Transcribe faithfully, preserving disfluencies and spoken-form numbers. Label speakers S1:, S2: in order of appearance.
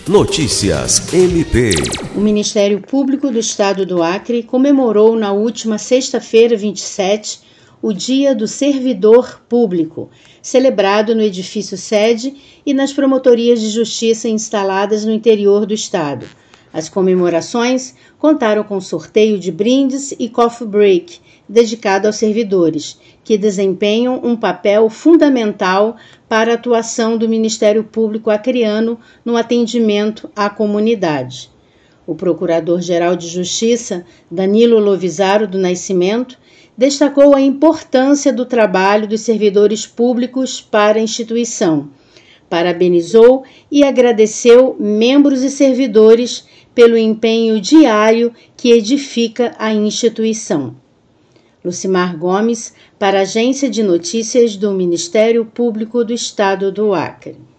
S1: Notícias M P.
S2: O Ministério Público do Estado do Acre comemorou na última sexta-feira, vinte e sete, o Dia do Servidor Público, celebrado no edifício sede e nas promotorias de justiça instaladas no interior do estado. As comemorações contaram com sorteio de brindes e coffee break, dedicado aos servidores, que desempenham um papel fundamental para a atuação do Ministério Público acreano no atendimento à comunidade. O Procurador-Geral de Justiça, Danilo Lovisaro do Nascimento, destacou a importância do trabalho dos servidores públicos para a instituição. Parabenizou e agradeceu membros e servidores pelo empenho diário que edifica a instituição. Lucimar Gomes, para a Agência de Notícias do Ministério Público do Estado do Acre.